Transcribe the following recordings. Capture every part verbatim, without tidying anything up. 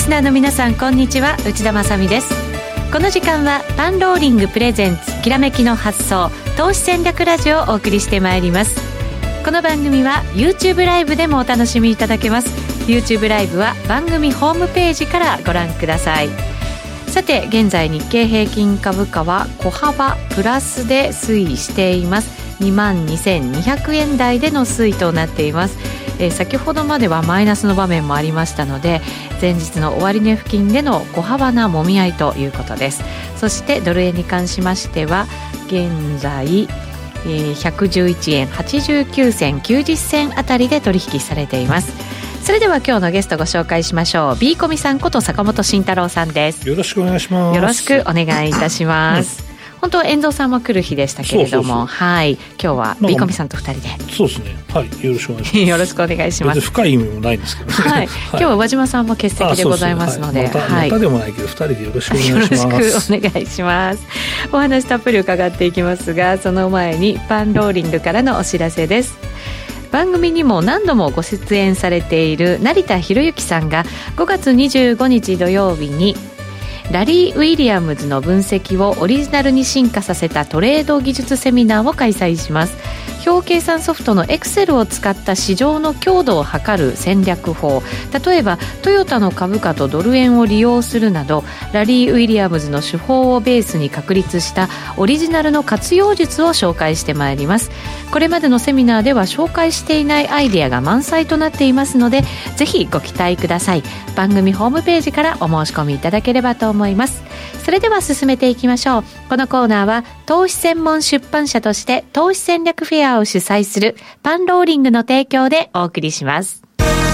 スナーの皆さん、こんにちは。内田まさみです。この時間はパンローリングプレゼンツきらめきの発想投資戦略ラジオをお送りしてまいります。この番組は YouTube ライブでもお楽しみいただけます。 YouTube ライブは番組ホームページからご覧ください。さて、現在日経平均株価は小幅プラスで推移しています。にまんにせんにひゃくえん台での推移となっています。えー、先ほどまではマイナスの場面もありましたので、前日の終値付近での小幅なもみ合いということです。そしてドル円に関しましては現在、えー、ひゃくじゅういちえんはちじゅうきゅうせんきゅうじゅっせんあたりで取引されています。それでは今日のゲストご紹介しましょう。 B コミさんこと坂本慎太郎さんです。 よろしくお願いします。 よろしくお願いいたします、うん本当は遠藤さんも来る日でしたけれども、そうそうそう、はい、今日は B コミさんとふたりで。 そうですね、はい、よろしくお願いしますよろしくお願いします。 深い意味もないんですけど、ねはい、今日は宇和島さんも欠席でございますので、 また、はい、またでもないけどふたりでよろしくお願いします。 よろしくお願いします。お話たっぷり伺っていきますが、その前にパンローリングからのお知らせです。番組にも何度もご出演されている成田博之さんがごがつにじゅうごにち土曜日にラリー・ウィリアムズの分析をオリジナルに進化させたトレード技術セミナーを開催します。表計算ソフトの Excel を使った市場の強度を測る戦略法、例えばトヨタの株価とドル円を利用するなど、ラリー・ウィリアムズの手法をベースに確立したオリジナルの活用術を紹介してまいります。これまでのセミナーでは紹介していないアイデアが満載となっていますので、ぜひご期待ください。番組ホームページからお申し込みいただければと思います。それでは進めていきましょう。このコーナーは投資専門出版社として投資戦略フェアを主催するパンローリングの提供でお送りします。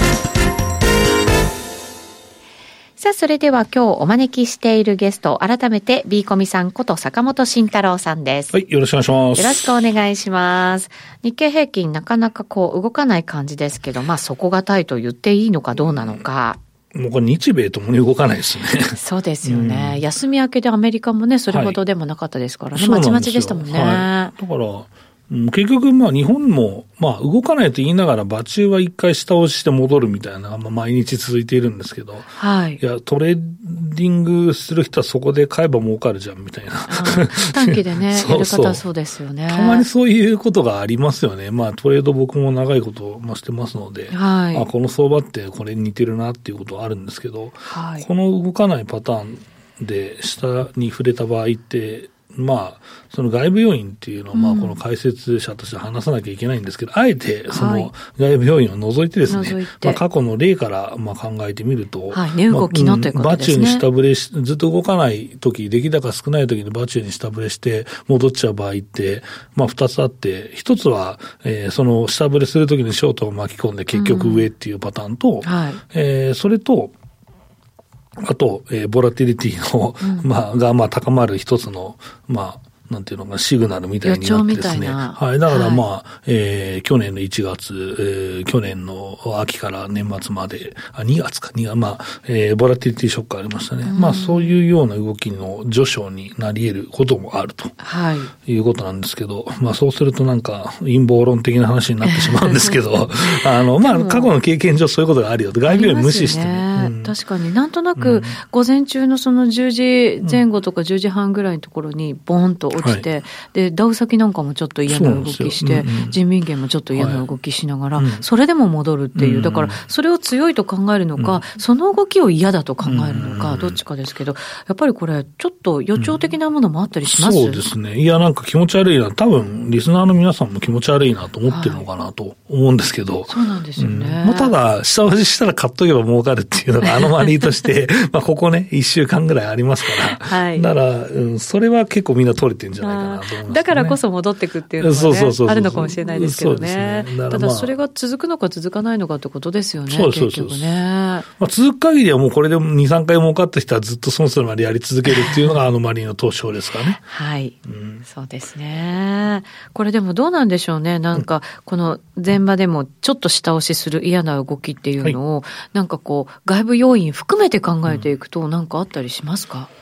さあ、それでは今日お招きしているゲスト、改めて B コミさんこと坂本慎太郎さんです。 はい、よろしくお願いします。 よろしくお願いします。日経平均なかなかこう動かない感じですけど、まあ底堅いと言っていいのかどうなのか。 もうこれ日米ともに動かないですね。 そうですよね、うん、休み明けでアメリカもねそれほどでもなかったですからね、 はい、 まちまちでしたもんね、 はい、だから結局まあ日本もまあ動かないと言いながら場中は一回下押しして戻るみたいな、まあ、毎日続いているんですけど、 はい、 いやトレーディングする人はそこで買えば儲かるじゃんみたいな、 短期でねそうそうやる方はそうですよね。 たまにそういうことがありますよね。まあトレード僕も長いことましてますので、 はい、 あこの相場ってこれに似てるなっていうことはあるんですけど、 はい、 この動かないパターンで下に触れた場合ってまあ、その外部要因っていうのを、まあ、この解説者として話さなきゃいけないんですけど、うん、あえて、その外部要因を除いてですね、はい、まあ、過去の例から、まあ、考えてみると、 はい、値動きのということですね。 場中に下振れし、ずっと動かないとき、出来高少ないときに場中に下振れして戻っちゃう場合って、まあ、二つあって、一つは、えー、その下振れするときにショートを巻き込んで結局上っていうパターンと、うん、はい、えー、それと、あと、えー、ボラティリティの、うん、まあ、が、まあ、高まる一つの、まあ、なんていうのか、シグナルみたいになってですね。はい。だからまあ、はい、えー、去年のいちがつ、えー、去年の秋から年末まで、あ、にがつか、にがつ、まあ、えー、ボラティリティショックありましたね。うん、まあ、そういうような動きの序章になり得ることもあると。はい。いうことなんですけど、まあ、そうするとなんか、陰謀論的な話になってしまうんですけど、あの、まあ、過去の経験上そういうことがあるよと、外部要因無視してね。 うん、確かになんとなく、午前中のそのじゅうじぜん後とかじゅうじはんぐらいのところに、ボーンと落ちて、はい、でダウ先なんかもちょっと嫌な動きして、うんうん、人民元もちょっと嫌な動きしながら、はい、それでも戻るっていう、だからそれを強いと考えるのか、うん、その動きを嫌だと考えるのか、うん、どっちかですけど、やっぱりこれちょっと予兆的なものもあったりします、 うん、そうですね。いやなんか気持ち悪いな、多分リスナーの皆さんも気持ち悪いなと思ってるのかなと思うんですけど、 はい、そうなんですよね、 うん、まあ、ただ下押ししたら買っとけば儲かるっていうのがアノマリーとしてまあここねいっしゅうかんぐらいありますから、はい、だから、うん、それは結構みんな取れてるんじゃないかなと思いますね。 だからこそ戻っていくっていうのが、ね、 そうそうそうそう、 あるのかもしれないですけどね。 そうですね。だからまあ、 ただそれが続くのか続かないのかってことですよね。 そうそうそう、 結局ね。 まあ、続く限りはもうこれでに、さんかい儲かった人はずっと損するまでやり続けるっていうのがアノマリーの投資法ですからね。 はい、うん。そうですね。これでもどうなんでしょうね。なんかこの前場でもちょっと下押しする嫌な動きっていうのを、はい、なんかこう外部要因含めて考えていくと何かあったりしますか？ い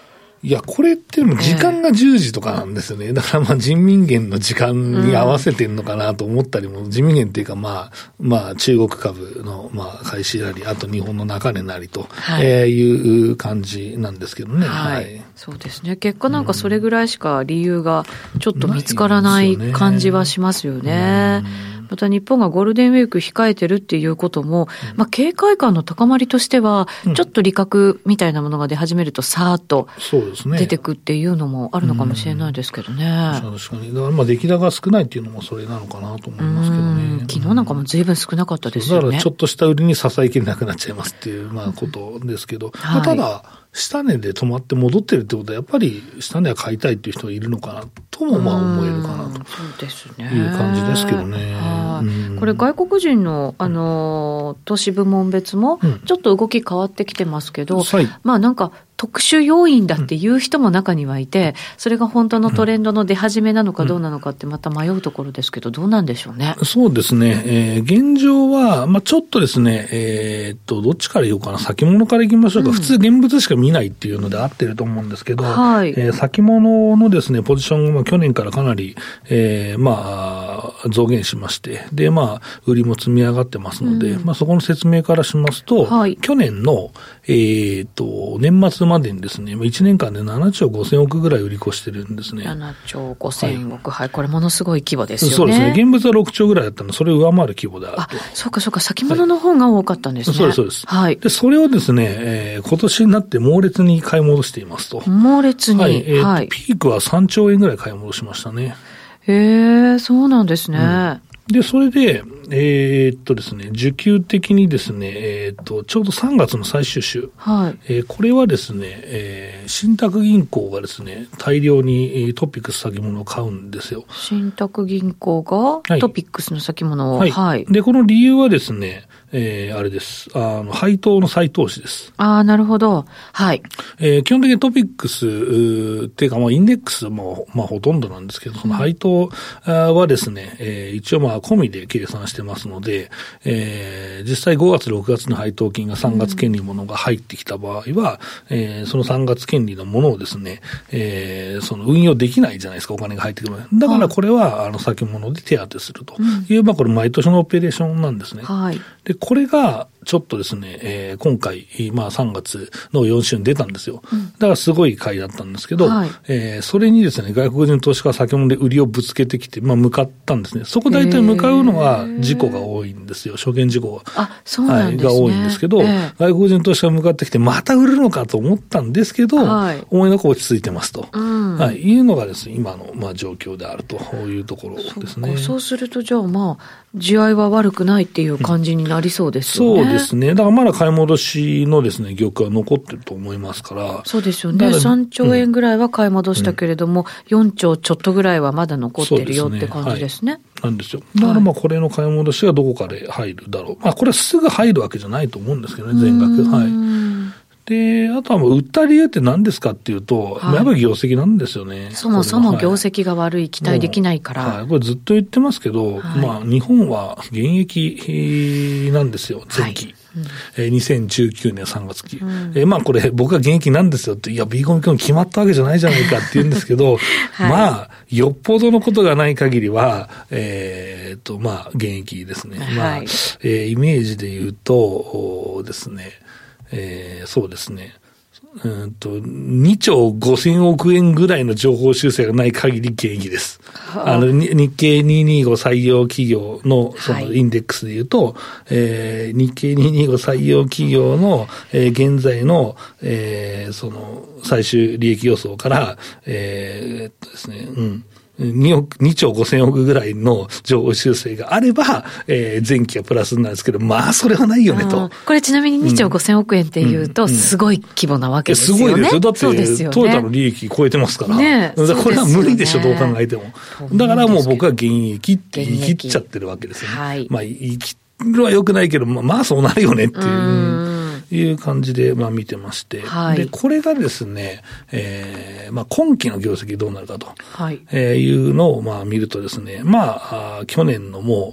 いや、これって時間がじゅうじとかなんですよね。えー、だからまあ人民元の時間に合わせてんのかなと思ったりも、うん、人民元っていうかまあ、まあ中国株のまあ開始なり、あと日本の中値なりと、はい、えー、いう感じなんですけどね。 はい。はい、そうですね。結果なんかそれぐらいしか理由がちょっと見つからない感じはしますよね。また日本がゴールデンウィーク控えてるっていうことも、うん、まあ警戒感の高まりとしては、うん、ちょっと利確みたいなものが出始めるとさーっと出てくっていうのもあるのかもしれないですけどね。 うん、確かに。だからまあ出来高が少ないっていうのもそれなのかなと思いますけどね。 昨日なんかも随分少なかったですよね。 だからちょっとした売りに支えきれなくなっちゃいますっていうまあことですけど、はい、まあ、ただ下値で止まって戻ってるってことはやっぱり下値は買いたいっていう人がいるのかなともまあ思えるかなという感じですけどね。 うん、これ外国人のあの投資部門別もちょっと動き変わってきてますけど、うん、はい、まあなんか特殊要因だっていう人も中にはいて、それが本当のトレンドの出始めなのかどうなのかってまた迷うところですけど、どうなんでしょうね。 そうですね。えー、現状は、まあちょっとですね、えー、っと、どっちから言おうかな。先物からいきましょうか。うん、普通現物しか見ないっていうので合ってると思うんですけど、はい、えー、先物のですね、ポジションが去年からかなり、えー、まあ、増減しまして、で、まあ、売りも積み上がってますので、うん、まあそこの説明からしますと、はい、去年の、えー、っと、年末までにですね、いちねんかんでななちょうごせんおくぐらい売り越してるんですね。 ななちょうごせんおく、はい、はい、これものすごい規模ですよね。 そうですね。現物はろくちょうぐらいだったので、それを上回る規模であると。あ、 そうかそうか、先物の方が多かったんですね。 はい、そうです、そうです。はい。で、それをですね、えー、今年になって猛烈に買い戻していますと。 猛烈に。 はい。えーはい、ピークはさんちょうえんぐらい買い戻しましたね。 へえ、そうなんですね。うんで、それで、えー、っとですね、需給的にですね、えー、っと、ちょうどさんがつの最終週。はい。えー、これはですね、えー、信託銀行がですね、大量にトピックス先物を買うんですよ。 信託銀行がトピックスの先物を、はい。 はい。で、この理由はですね、えー、あれです。あの、配当の再投資です。 ああ、なるほど。はい。 えー、基本的にトピックス、っていうか、まあ、インデックスも、まあ、ほとんどなんですけど、その配当はですね、えー、一応まあ、込みで計算してますので、えー、実際ごがつ、ろくがつの配当金がさんがつ権利のものが入ってきた場合は、うん、えー、そのさんがつ権利のものをですね、えー、その運用できないじゃないですか、お金が入ってくるので。だからこれは、あの、先物で手当てするという、うん、まあ、これ毎年のオペレーションなんですね。はい。で、これが、ちょっとですね、えー、今回、まあさんがつのよん週に出たんですよ。うん、だからすごい買いだったんですけど、はい、えー、それにですね、外国人投資家は先物で売りをぶつけてきて、まあ向かったんですね。そこ大体向かうのは事故が多いんですよ。初見事故が。 あ、そうなんですね。 はい、が多いんですけど、えー、外国人投資家が向かってきて、また売るのかと思ったんですけど、はい、思いのほか落ち着いてますと、うん、はい、いうのがですね、今の、まあ、状況であるというところですね。 そう、そうすると、じゃあまあ、地合いは悪くないっていう感じになりそうですよね。 そうですね。だからまだ買い戻しのですね、玉は残ってると思いますから。 そうですよね。さんちょうえんぐらいは買い戻したけれども、うん、よんちょうちょっとぐらいはまだ残ってるよって感じですね。はい、 なんですよ。だからまあこれの買い戻しがどこかで入るだろう。まあこれはすぐ入るわけじゃないと思うんですけどね、全額。はい。で、あとはもう売った理由って何ですかっていうと、はい、やっぱり業績なんですよね。 そもそも業績が悪い、期待できないから。 はい、これずっと言ってますけど、はい、まあ日本は減益なんですよ、前期。はい、うん、にせんじゅうきゅうねんさんがつ期。うん、えまあこれ僕は減益なんですよって、いや、ビーコミ今日決まったわけじゃないじゃないかって言うんですけど、はい、まあ、よっぽどのことがない限りは、えー、っと、まあ、減益ですね。はい、まあ、えー、イメージで言うと、ですね、えー、そうですね。うんと、にちょうごせんおくえんぐらいの情報修正がない限り減益です。あの、日経にひゃくにじゅうご採用企業のそのインデックスで言うと、はい、えー、日経にひゃくにじゅうご採用企業の、えー、現在の、えー、その最終利益予想から、えー、えっとですね、うん。におく、にちょうごせんおくぐらいの情報修正があれば、えー、前期はプラスになるんですけど、まあ、それはないよねと。 これちなみににちょうごせんおくえんっていうと、すごい規模なわけですよね。 すごいですよ。だって、トータル利益超えてますから。ね、これは無理でしょ、どう考えても。だからもう僕は減益って言い切っちゃってるわけですよね。はい、まあ、言い切るは良くないけど、まあ、まあ、そうなるよねっていう。ういう感じで、まあ見てまして。はい、で、これがですね、えー、まあ今期の業績どうなるかと。はい。えー、いうのを、まあ見るとですね、まあ、あ去年のもう、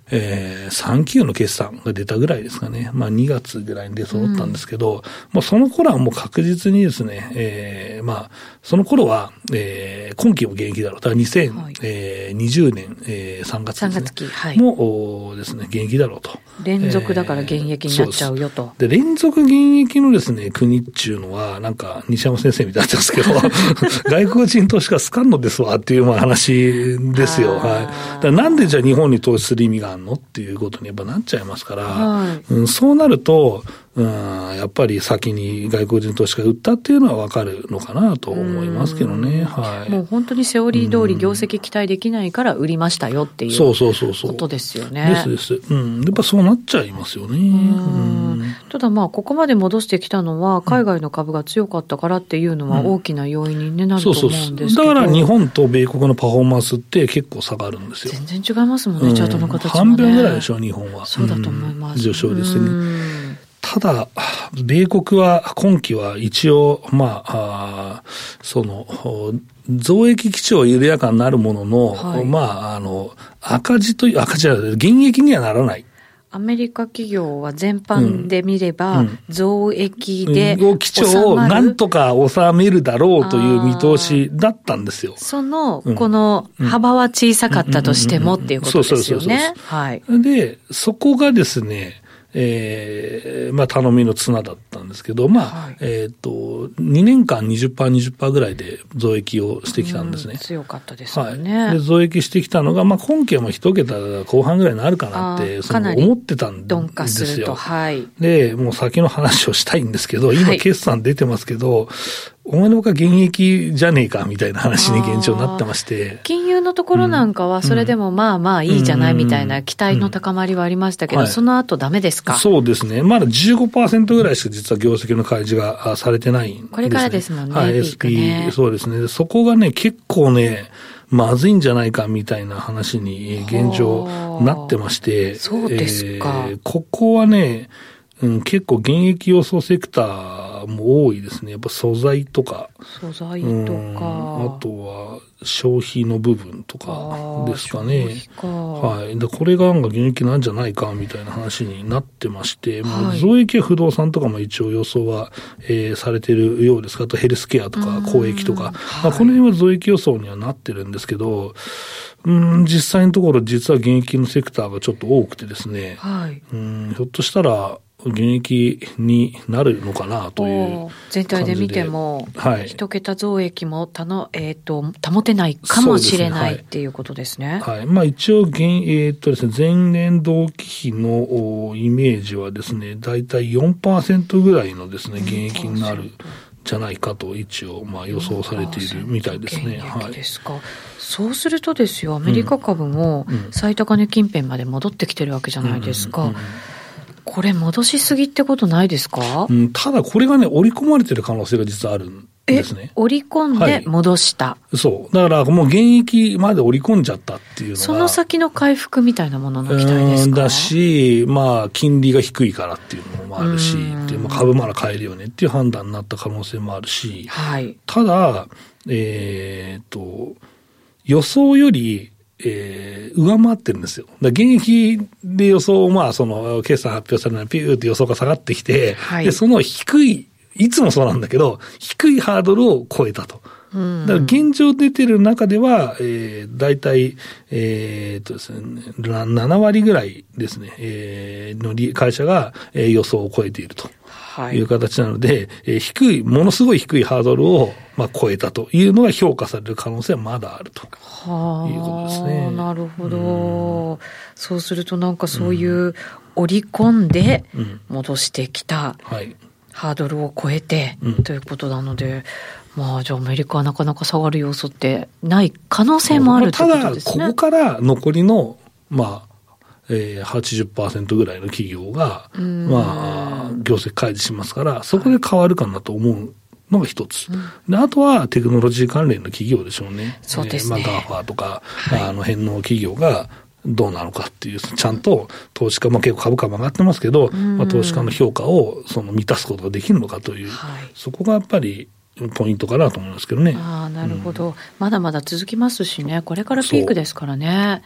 えー、さんきゅうの決算が出たぐらいですかね。まあにがつぐらいに出そうだったんですけど、うん、もうその頃はもう確実にですね、えー、まあ、その頃は、えー、今期も現役だろう。だからにせんにじゅうねん、えー、さんがつですね。さんがつ期、はい。もうですね、現役だろうと。 連続だから現役になっちゃうよと。 えー、で, で、連続現役のですね、国っていうのは、なんか、西山先生みたいなんですけど、外国人投資家好かんのですわっていうまあ話ですよ。はい。だからなんでじゃあ日本に投資する意味があるのっていうことにやっぱなっちゃいますから、はいうん、そうなると、うん、やっぱり先に外国人投資家が売ったっていうのは分かるのかなと思いますけどね。はい。 もう本当にセオリー通り業績期待できないから売りましたよっていう、そうそうそうそうことですよね。 ですです。うん。やっぱそうなっちゃいますよね。うんうんただまあここまで戻してきたのは海外の株が強かったからっていうのは大きな要因に、ねうん、なると思うんですけど、そうそうだから日本と米国のパフォーマンスって結構差があるんですよ。 全然違いますもんね、うん、チャートの形もね。 半分ぐらいでしょ日本は。 そうだと思います。 うん、上昇ですね。ただ、米国は今期は一応、まあ、あその、増益基調は緩やかになるものの、はい、まあ、あの、赤字という、赤字じゃない、減益にはならない。 アメリカ企業は全般で見れば、うん、増益で基調をなんとか収めるだろうという見通しだったんですよ。 その、うん、この幅は小さかったとしてもっていうことですよね。はい。 で、そこがですね、えー、まあ頼みの綱だったんですけど、まあ、はい、えっと、にねんかん にじゅっパーセント、にじゅっパーセント ぐらいで増益をしてきたんですね。 うん、強かったですよね。 はい。で、増益してきたのが、まあ今期はもう一桁後半ぐらいになるかなって、その思ってたんですよ。 鈍化すると。はい。 で、もう先の話をしたいんですけど、今決算出てますけど、はいお前のほか現役じゃねえかみたいな話に現状になってまして。 金融のところなんかはそれでもまあまあいいじゃないみたいな期待の高まりはありましたけど、うんうんうん、その後ダメですか？ そうですね。まだ じゅうごパーセント ぐらいしか実は業績の開示がされてないんですね。 これからですもんね。 はい、エスピー、そうですね。そこがね、結構ね、まずいんじゃないかみたいな話に現状なってまして。 そうですか。 えー、ここはね、うん、結構現役予想セクターも多いですね。やっぱ素材とか。 素材とか。 あとは消費の部分とかですかね。 消費か。 はい。で、これがなんか現役なんじゃないかみたいな話になってまして、はい、増益は不動産とかも一応予想は、えー、されているようですが、あとヘルスケアとか公益とか、まあ、この辺は増益予想にはなってるんですけど、うん、実際のところ実は現役のセクターがちょっと多くてですね、はい、うんひょっとしたら、現役になるのかなという全体で見ても、はい、一桁増益もたの、えー、と保てないかもしれない、ね、っていうことですね。 はい、はい、まあ、一応現、えーとですね、前年同期比のイメージはですね、だいたい よんパーセント ぐらいのですね、現役になるじゃないかと一応まあ予想されているみたいですね。 現役ですか。はい、そうするとですよ、アメリカ株も最高値近辺まで戻ってきてるわけじゃないですか。うんうんうんうん、これ戻しすぎってことないですか？ うん、ただこれがね、織り込まれてる可能性が実はあるんですね。 え、織り込んで戻した、はい、 そう。だからもう現役まで織り込んじゃったっていうのは。 その先の回復みたいなものの期待ですか？ だし、まあ、金利が低いからっていうのもあるし、でまあ、株なら買えるよねっていう判断になった可能性もあるし、はい、ただ、えー、っと、予想より、えー、上回ってるんですよ。だ現役で予想、まあ、その、決算発表されないピューって予想が下がってきて、はい、で、その低い、いつもそうなんだけど、低いハードルを超えたと。だから現状出てる中では、えー、大体、えー、っとですね、ななわりぐらいですね、えー、の会社が、えー、予想を超えていると。いう形なので、はい、えー、低い、ものすごい低いハードルを、まあ、超えたというのが評価される可能性はまだあるということですね。 なるほど、うん。そうするとなんかそういう織り込んで戻してきたハードルを超えてということなので、まあ、じゃあアメリカはなかなか下がる要素ってない可能性もあるということですね。 ただ、ここから残りの、まあ、えー、はちじゅっパーセント ぐらいの企業が、まあ、業績開示しますから、そこで変わるかなと思うのが一つ、うん。で、あとはテクノロジー関連の企業でしょうね。 そうですね。 えー、まあ、ガーファーとか、はい、あの辺の企業がどうなのかっていう、ちゃんと投資家、まあ結構株価も上がってますけど、まあ、投資家の評価をその満たすことができるのかという、はい、そこがやっぱり、ポイントかなと思いますけどね。 ああ、なるほど、うん。まだまだ続きますしね。これからピークですからね。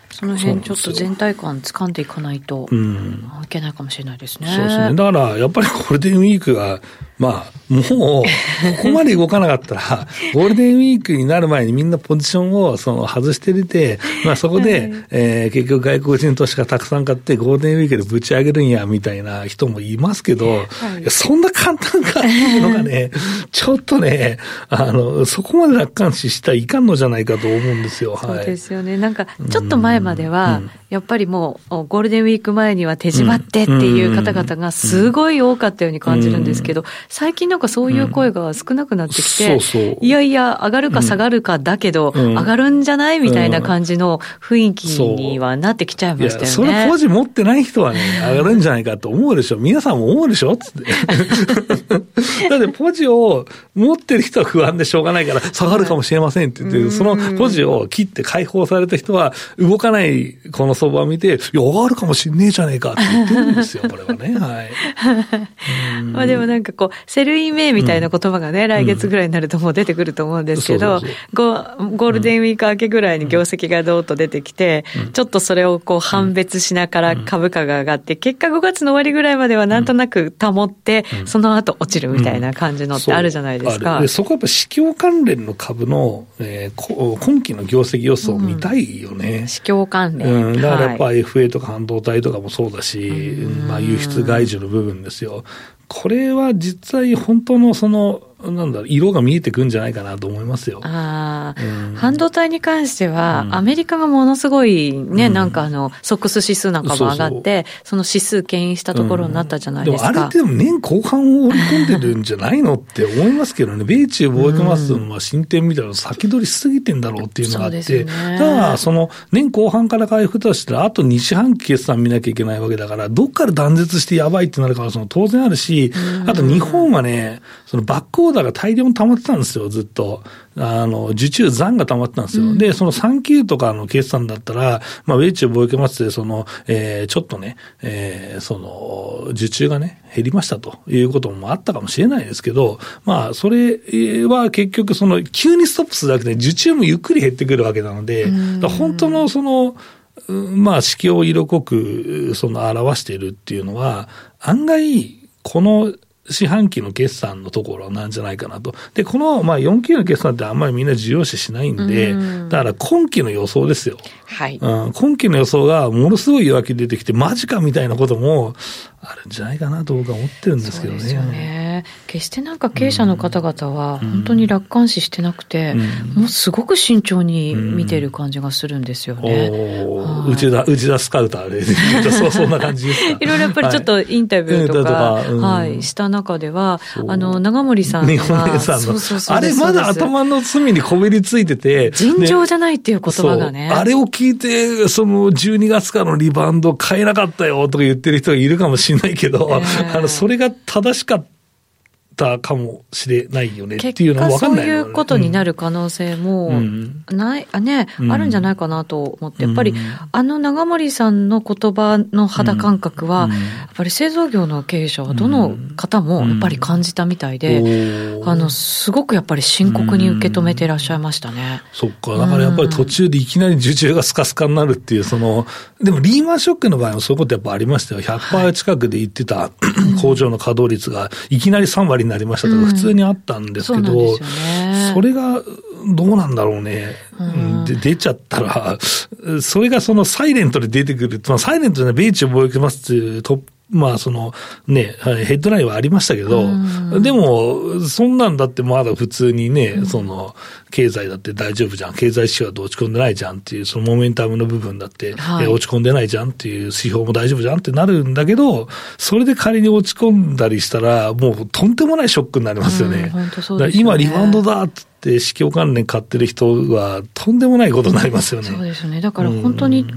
その辺ちょっと全体感掴んでいかないといけないかもしれないですね。 そうですね。だからやっぱりゴールデンウィークがまあもうここまで動かなかったらゴールデンウィークになる前にみんなポジションをその外して出て、まあそこで、はい、えー、結局外国人投資家たくさん買ってゴールデンウィークでぶち上げるんやみたいな人もいますけど、はい、そんな簡単かっていうのがねちょっとねあのそこまで楽観視したらいかんのじゃないかと思うんですよ。はい、 そうですよね。なんかちょっと前までは、うん、やっぱりもうゴールデンウィーク前には手締まってっていう方々がすごい多かったように感じるんですけど、最近なんかそういう声が少なくなってきて、うん、そうそう、いやいや上がるか下がるかだけど、うん、上がるんじゃないみたいな感じの雰囲気にはなってきちゃいましたよね。 それポジ持ってない人はね上がるんじゃないかと思うでしょ。皆さんも思うでしょつってだってポジを持ってる人は不安でしょうがないから下がるかもしれませんって言って、そのポジを切って解放された人は動かないこの相場を見て、いや上がるかもしれねえじゃねえかって言ってるんですよこれはね。はい。 まあでもなんかこうセルインメイみたいな言葉がね、うん、来月ぐらいになるともう出てくると思うんですけど、うん、そうそうそう、ゴールデンウィーク明けぐらいに業績がどーっと出てきて、うん、ちょっとそれをこう判別しながら株価が上がって、結果ごがつの終わりぐらいまではなんとなく保って、うん、その後落ちるみたいな感じのってあるじゃないですか。 うん、 そ, でそこはやっぱ市況関連の株の、えー、今期の業績予想を見たいよね。 うん、市況関連、 うん、だからやっぱ エフエー とか半導体とかもそうだし、うん、まあ輸出外需の部分ですよ。これは実際本当のそのなんだろう、色が見えてくるんじゃないかなと思いますよ。 あ、うん、半導体に関しては、うん、アメリカがものすごいね、うん、なんかあのソックス指数なんかも上がって、そうそう、その指数牽引したところになったじゃないですか。 うん、でもあれでも年後半を織り込んでるんじゃないのって思いますけどね。米中貿易摩擦の進展みたいなの先取りしすぎてんだろうっていうのがあって、うん、ね、だからその年後半から回復としたらあとに四半期決算見なきゃいけないわけだから、どっから断絶してやばいってなるからその当然あるし、うん、あと日本はね、そのバックオーダーが大量に溜まってたんですよ、ずっと。あの、受注残が溜まってたんですよ。うん、で、そのさん級とかの決算だったら、まあ、米中貿易摩擦で、その、えー、ちょっとね、えー、その、受注がね、減りましたということもあったかもしれないですけど、まあ、それは結局、その、急にストップするだけで、受注もゆっくり減ってくるわけなので、だ本当のその、まあ、市況を色濃く、その、表しているっていうのは、案外、この、四半期の決算のところなんじゃないかなと。で、この、まあ、よん級の決算ってあんまりみんな重要視しないんで、んだから今期の予想ですよ。 はい。 うん、今期の予想がものすごい弱気出てきて、マジかみたいなこともあるんじゃないかなと僕は思ってるんですけどね。 そうですよね。決してなんか経営者の方々は本当に楽観視してなくて、うん、もうすごく慎重に見てる感じがするんですよね。 うん、お内田、内田スカウターで、そう、そんな感じですか。 いろいろやっぱりちょっとインタビューとか、はい、とか、うん、はい、した中では、あの、長森さんが、 さんのそうそうそう、あれまだ頭の隅にこびりついてて、 尋常じゃないっていう言葉がね。 あれを聞いて、そのじゅうにがつからのリバウンド買えなかったよとか言ってる人がいるかもしれないけど、えー、あの、それが正しかったかもしれないよねっていうのは分かんないよね。 そういうことになる可能性もない、うん、あね、うん、あるんじゃないかなと思って、やっぱり、うん、あの長森さんの言葉の肌感覚は、うん、やっぱり製造業の経営者はどの方もやっぱり感じたみたいで、うん、あのすごくやっぱり深刻に受け止めていらっしゃいましたね。 うん、そっか、だからやっぱり途中でいきなり受注がスカスカになるっていう、そのでもリーマンショックの場合もそういうことやっぱありましたよ。 ひゃくパーセント 近くで言ってた、はい、工場の稼働率がいきなりさん割になりましたとか普通にあったんですけど、うん、 そ, ね、それがどうなんだろうね、うん、で出ちゃったらそれがそのサイレントで出てくる、まあ、サイレントじゃない米中貿易摩擦トップまあそのね、ヘッドラインはありましたけど、うん、でもそんなんだってまだ普通にね、うん、その経済だって大丈夫じゃん、経済指標は落ち込んでないじゃんっていう、そのモメンタムの部分だって、はい、落ち込んでないじゃんっていう指標も大丈夫じゃんってなるんだけど、それで仮に落ち込んだりしたらもうとんでもないショックになりますよね。うん、本当そうですよね。だから今リバウンドだってで市況関連買ってる人はとんでもないことになりますよね。 そうですよね。だから本当にこう、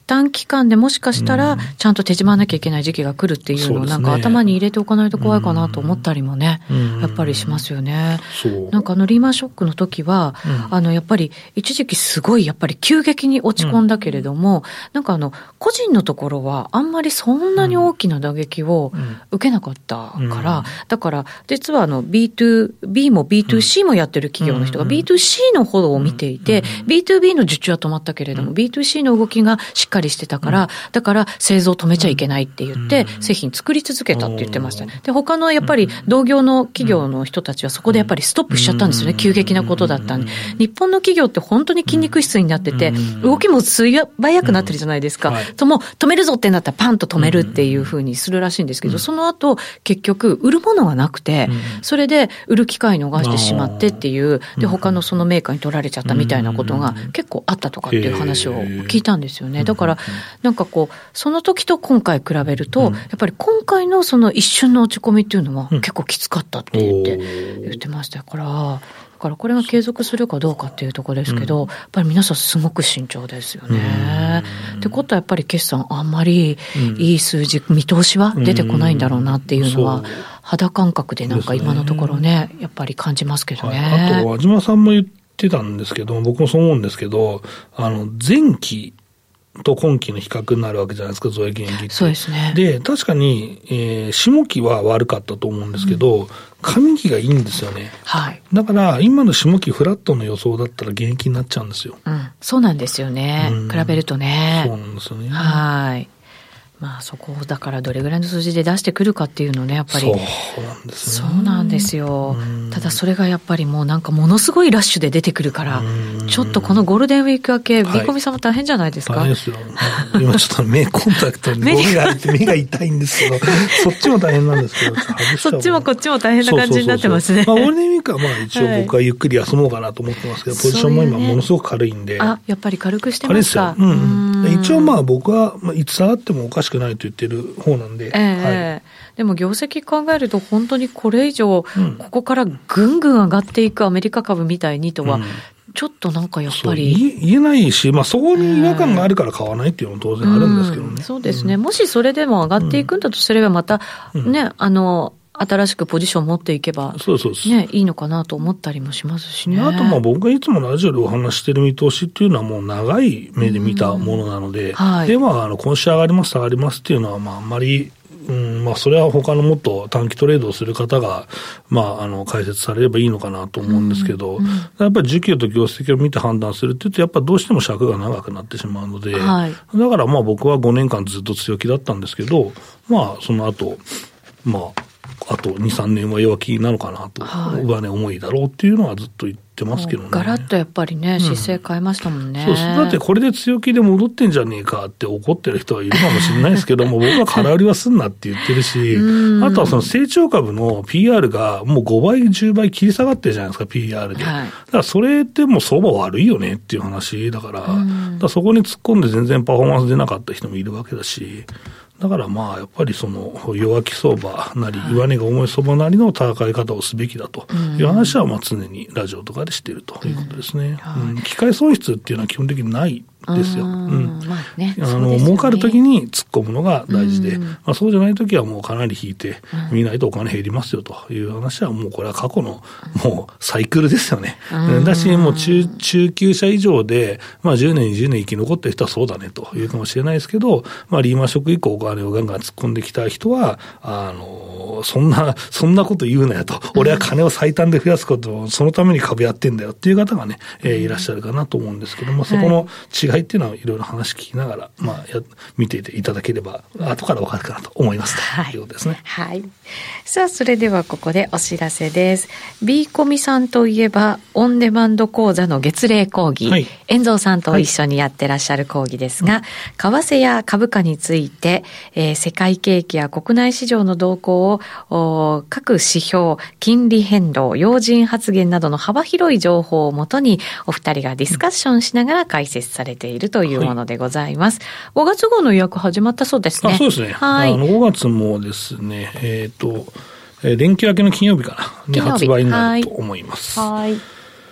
短期間でもしかしたらちゃんと手締まらなきゃいけない時期が来るっていうのをなんか頭に入れておかないと怖いかなと思ったりもね、やっぱりしますよね。なんかあのリーマンショックの時は、あのやっぱり一時期すごいやっぱり急激に落ち込んだけれども、なんかあの個人のところはあんまりそんなに大きな打撃を受けなかったから、だから実はあの ビーツービー も ビーツーシー もやってる企業の人が ビーツーシー の方を見ていて、ビーツービー の受注は止まったけれども ビーツーシー の動きがしっかりしてたから、だから製造止めちゃいけないって言って製品作り続けたって言ってましたね。で他のやっぱり同業の企業の人たちはそこでやっぱりストップしちゃったんですよね。急激なことだったんで、日本の企業って本当に筋肉質になってて動きも素早くなってるじゃないですか、ともう止めるぞってなったらパンと止めるっていう風にするらしいんですけど、その後結局売るものがなくて、それで売る機会逃してしまってっていう、で他のそのメーカーに取られちゃったみたいなことが結構あったとかっていう話を聞いたんですよね。だからなんかこうその時と今回比べると、やっぱり今回のその一瞬の落ち込みっていうのは結構きつかったって言って言ってましたから、だからこれが継続するかどうかっていうところですけど、やっぱり皆さんすごく慎重ですよね。ってことはやっぱり決算あんまりいい数字、見通しは出てこないんだろうなっていうのは肌感覚でなんか今のところねやっぱり感じますけどね。 はい、あと和島さんも言ってたんですけど、僕もそう思うんですけど、あの前期と今期の比較になるわけじゃないですか、増益益って。 そうですね。 で、確かに、えー、下期は悪かったと思うんですけど、うん、上期がいいんですよね。 はい。 だから、今の下期フラットの予想だったら減益になっちゃうんですよ。 うん。そうなんですよね。うん、比べるとね。 そうなんですよね。 はい。まあそこをだからどれぐらいの数字で出してくるかっていうのね、やっぱり。 そうなんですね。 そうなんですよ。ただそれがやっぱりもうなんかものすごいラッシュで出てくるから、ちょっとこのゴールデンウィーク明け、ビーコミさんも大変じゃないですか。 大変ですよ。今ちょっと目コンタクトにゴミが入って目が痛いんですけど、そっちも大変なんですけど、 そっちもこっちも大変な感じになってますね。 まあゴールデンウィークはまあ一応僕はゆっくり休もうかなと思ってますけど、ポジションも今ものすごく軽いんで。 あ、やっぱり軽くしてますか。 軽いですよ。うん。一応まあ僕はいつ下がってもおかしくないと言ってる方なんで、 えーはい、でも業績考えると本当にこれ以上、うん、ここからぐんぐん上がっていくアメリカ株みたいにとは、うん、ちょっとなんかやっぱり言えないし、まあ、そこに違和感があるから買わないっていうのも当然あるんですけどね、 うん、そうですね、うん、もしそれでも上がっていくんだとすればまたね、うん、あの新しくポジションを持っていけば、そうそうそう、ね、いいのかなと思ったりもしますしね。 あとまあ僕がいつもラジオでお話している見通しっていうのはもう長い目で見たものなので、うんはい、でまあ、あの今週上がります下がりますっていうのはまああんまり、うんまあ、それは他のもっと短期トレードをする方が、まあ、あの解説されればいいのかなと思うんですけど、うんうん、やっぱり需給と業績を見て判断するっていうとやっぱりどうしても尺が長くなってしまうので、はい、だからまあ僕はごねんかんずっと強気だったんですけど、まあその後まああとに、さんねんは弱気なのかなと、はい、上値重いだろうっていうのはずっと言ってますけどね。 ガラッとやっぱりね、姿勢変えましたもんね。 うん、そうだってこれで強気で戻ってんじゃねえかって怒ってる人はいるかもしれないですけども、僕は空売りはすんなって言ってるし、あとはその成長株の ピーアール がもうごばい、じゅうばい切り下がってるじゃないですか、ピーアール で。はい、だからそれってもう相場悪いよねっていう話だから、だからそこに突っ込んで全然パフォーマンス出なかった人もいるわけだし、だからまあやっぱりその弱気相場なり上値が重い相場なりの戦い方をすべきだという話はまあ常にラジオとかでしているということですね。うんうん、機械損失っていうのは基本的にないですよ。うん。まあね、あの、儲かるときに突っ込むのが大事で、まあそうじゃないときはもうかなり引いて見ないとお金減りますよという話はもうこれは過去のもうサイクルですよね。だしもう中、中級者以上で、まあじゅうねん、にじゅうねん生き残ってる人はそうだねというかもしれないですけど、まあリーマンショック以降お金をガンガン突っ込んできた人は、あの、そんな、そんなこと言うなよと。俺は金を最短で増やすことをそのために株やってんだよっていう方がね、えー、いらっしゃるかなと思うんですけども、そこの違いっていうのはいろいろ話聞きながら、まあ、や見ていていただければ後から分かるかなと思いますということですね。 はい、はい、さあそれではここでお知らせです。 B コミさんといえばオンデマンド講座の月例講義、はい、遠藤さんと一緒にやってらっしゃる講義ですが、はい、為替や株価について、えー、世界景気や国内市場の動向を各指標、金利変動、要人発言などの幅広い情報をもとにお二人がディスカッションしながら解説されているというものでございます。はい、ごがつ号の予約始まったそうですね。 あ、そうですね。はい。あのごがつもですね、えっ、ー、と、連休明けの金曜日かなに発売になると思います。 はい。はい。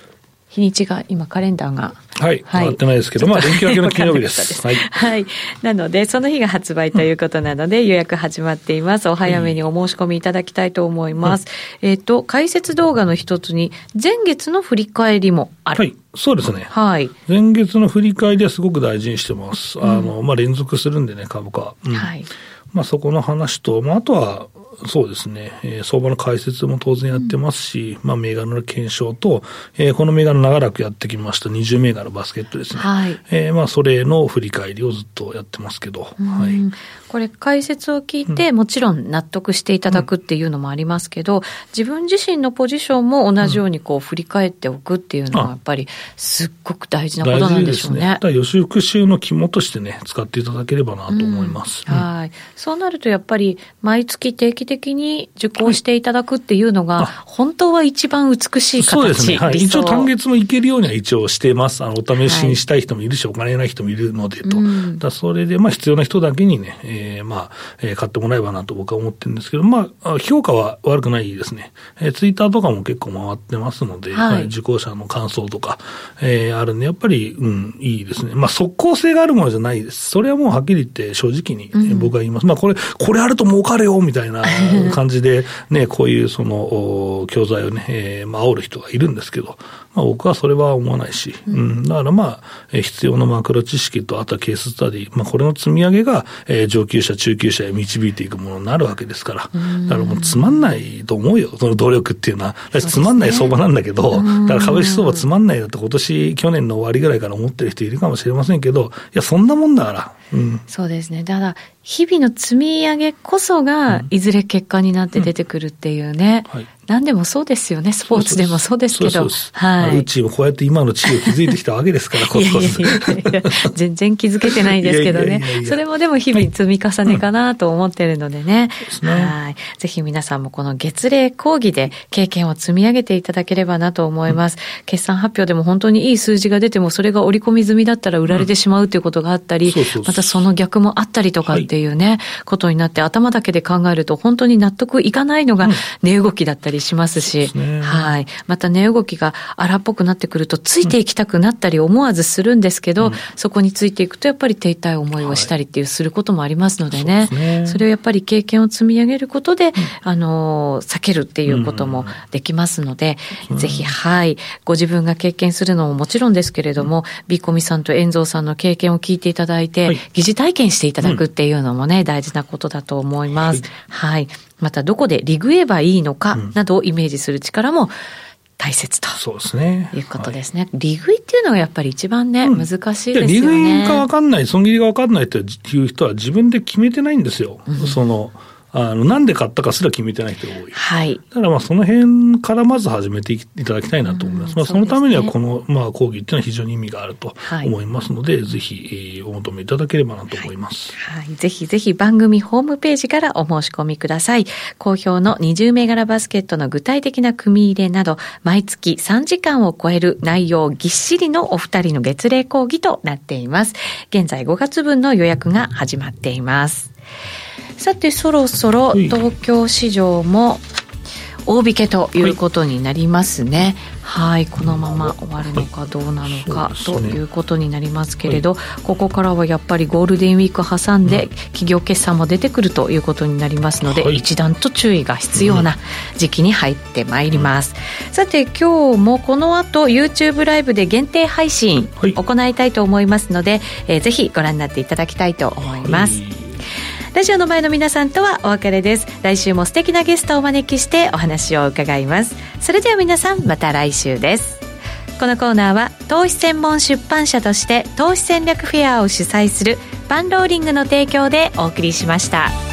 日にちが今カレンダーがはい、はい、回ってないですけど、まあ連休明けの金曜日です。 はい、はい。なのでその日が発売ということなので、うん、予約始まっています。お早めにお申し込みいただきたいと思います。うん、えっ、ー、と解説動画の一つに前月の振り返りもある。 はい、そうですね。 はい。 前月の振り返りはすごく大事にしてます。うん、あのまあ連続するんでね、株価。うん、はい。まあそこの話と、まああとは。そうですね、えー、相場の解説も当然やってますし、うん、まあ銘柄の検証と、えー、この銘柄長らくやってきましたにじゅう銘柄バスケットですね。はい。えー、まあそれの振り返りをずっとやってますけど、はい。 これ解説を聞いて、うん、もちろん納得していただくっていうのもありますけど、うん、自分自身のポジションも同じようにこう振り返っておくっていうのはやっぱりすっごく大事なことなんでしょうね。大事ですね。 だから予習復習の肝としてね使っていただければなと思います。 うんうん、はい。そうなるとやっぱり毎月定期的に受講していただくっていうのが本当は一番美しい形。 そうですね。はい。一応単月もいけるようには一応してます。あのお試しにしたい人もいるし、はい、お金ない人もいるのでと。うん、だそれでまあ必要な人だけにね、えー、まあ、えー、買ってもらえばなと僕は思ってるんですけど、まあ評価は悪くないですね。えー、ツイッターとかも結構回ってますので、はい、受講者の感想とか、えー、あるんでやっぱりうんいいですね。まあ即効性があるものじゃないです。それはもうはっきり言って正直に、うん、僕は言います。まあこれこれあると儲かるよみたいな感じでねこういうその教材をね、えー、まあ煽る人がいるんですけど、まあ僕はそれは思わないし、うん、だからまあ、えー、必要なマクロ知識とあとはケーススタディ、まあこれの積み上げが、えー、上級者中級者へ導いていくものになるわけですから、だからもうつまんないと思うよその努力っていうのは。つまんない相場なんだけど、だから株式相場つまんないだって今年去年の終わりぐらいから思ってる人いるかもしれませんけど、いやそんなもんだから。うん、 そうですね。だから日々の積み上げこそがいずれ結果になって出てくるっていうね、うんうんはい、何でもそうですよね。スポーツでもそうですけど、 はい。うちもこうやって今の地位を築いてきたわけですからコツコツいやいやいやいや全然気づけてないですけどね。いやいやいやいやそれもでも日々積み重ねかなと思ってるのでね、うん、はい。ぜひ皆さんもこの月例講義で経験を積み上げていただければなと思います、うん、決算発表でも本当にいい数字が出てもそれが織り込み済みだったら売られてしまうということがあったり、うん、そうそうそうまたその逆もあったりとかっていうね、はい、ことになって頭だけで考えると本当に納得いかないのが値動きだったりしますし、うん、はい。また値動きが荒っぽくなってくるとついていきたくなったり思わずするんですけど、うん、そこについていくとやっぱり手痛い思いをしたりっていうすることもありますのでね、はい、そうですね。それをやっぱり経験を積み上げることで、うん、あの避けるっていうこともできますので、うん、ぜひはいご自分が経験するのももちろんですけれども、うん、ビーコミさんと遠蔵さんの経験を聞いていただいて、はい、疑似体験していただくっていうのもね、うん、大事なことだと思います。はい、はい。またどこでリグえばいいのかなどをイメージする力も大切と、うん、そうですね。いうことですね。はい、利食いっていうのがやっぱり一番ね、うん、難しいですよね。 利食いか分かんない、損切りが分かんないっていう人は自分で決めてないんですよ。うん、そのあのなんで買ったかすら決めてない人が多い。はい。だからまあその辺からまず始めていただきたいなと思います。うん、まあそのためにはこのまあ講義っていうのは非常に意味があると思いますので、はい、ぜひお求めいただければなと思います。 はい。はい、ぜひぜひ番組ホームページからお申し込みください。好評のにじゅう銘柄バスケットの具体的な組み入れなど毎月さんじかんを超える内容ぎっしりのお二人の月例講義となっています。現在ごがつぶんの予約が始まっています。さてそろそろ東京市場も大引けということになりますね。はい、はい、このまま終わるのかどうなのか、はい、ということになりますけれど、はい、ここからはやっぱりゴールデンウィーク挟んで企業決算も出てくるということになりますので、はい、一段と注意が必要な時期に入ってまいります、うん、さて今日もこの後 YouTube ライブで限定配信行いたいと思いますので、はい、えー、ぜひご覧になっていただきたいと思います、はい。ラジオの前の皆さんとはお別れです。来週も素敵なゲストをお招きしてお話を伺います。それでは皆さんまた来週です。このコーナーは投資専門出版社として投資戦略フェアを主催するパンローリングの提供でお送りしました。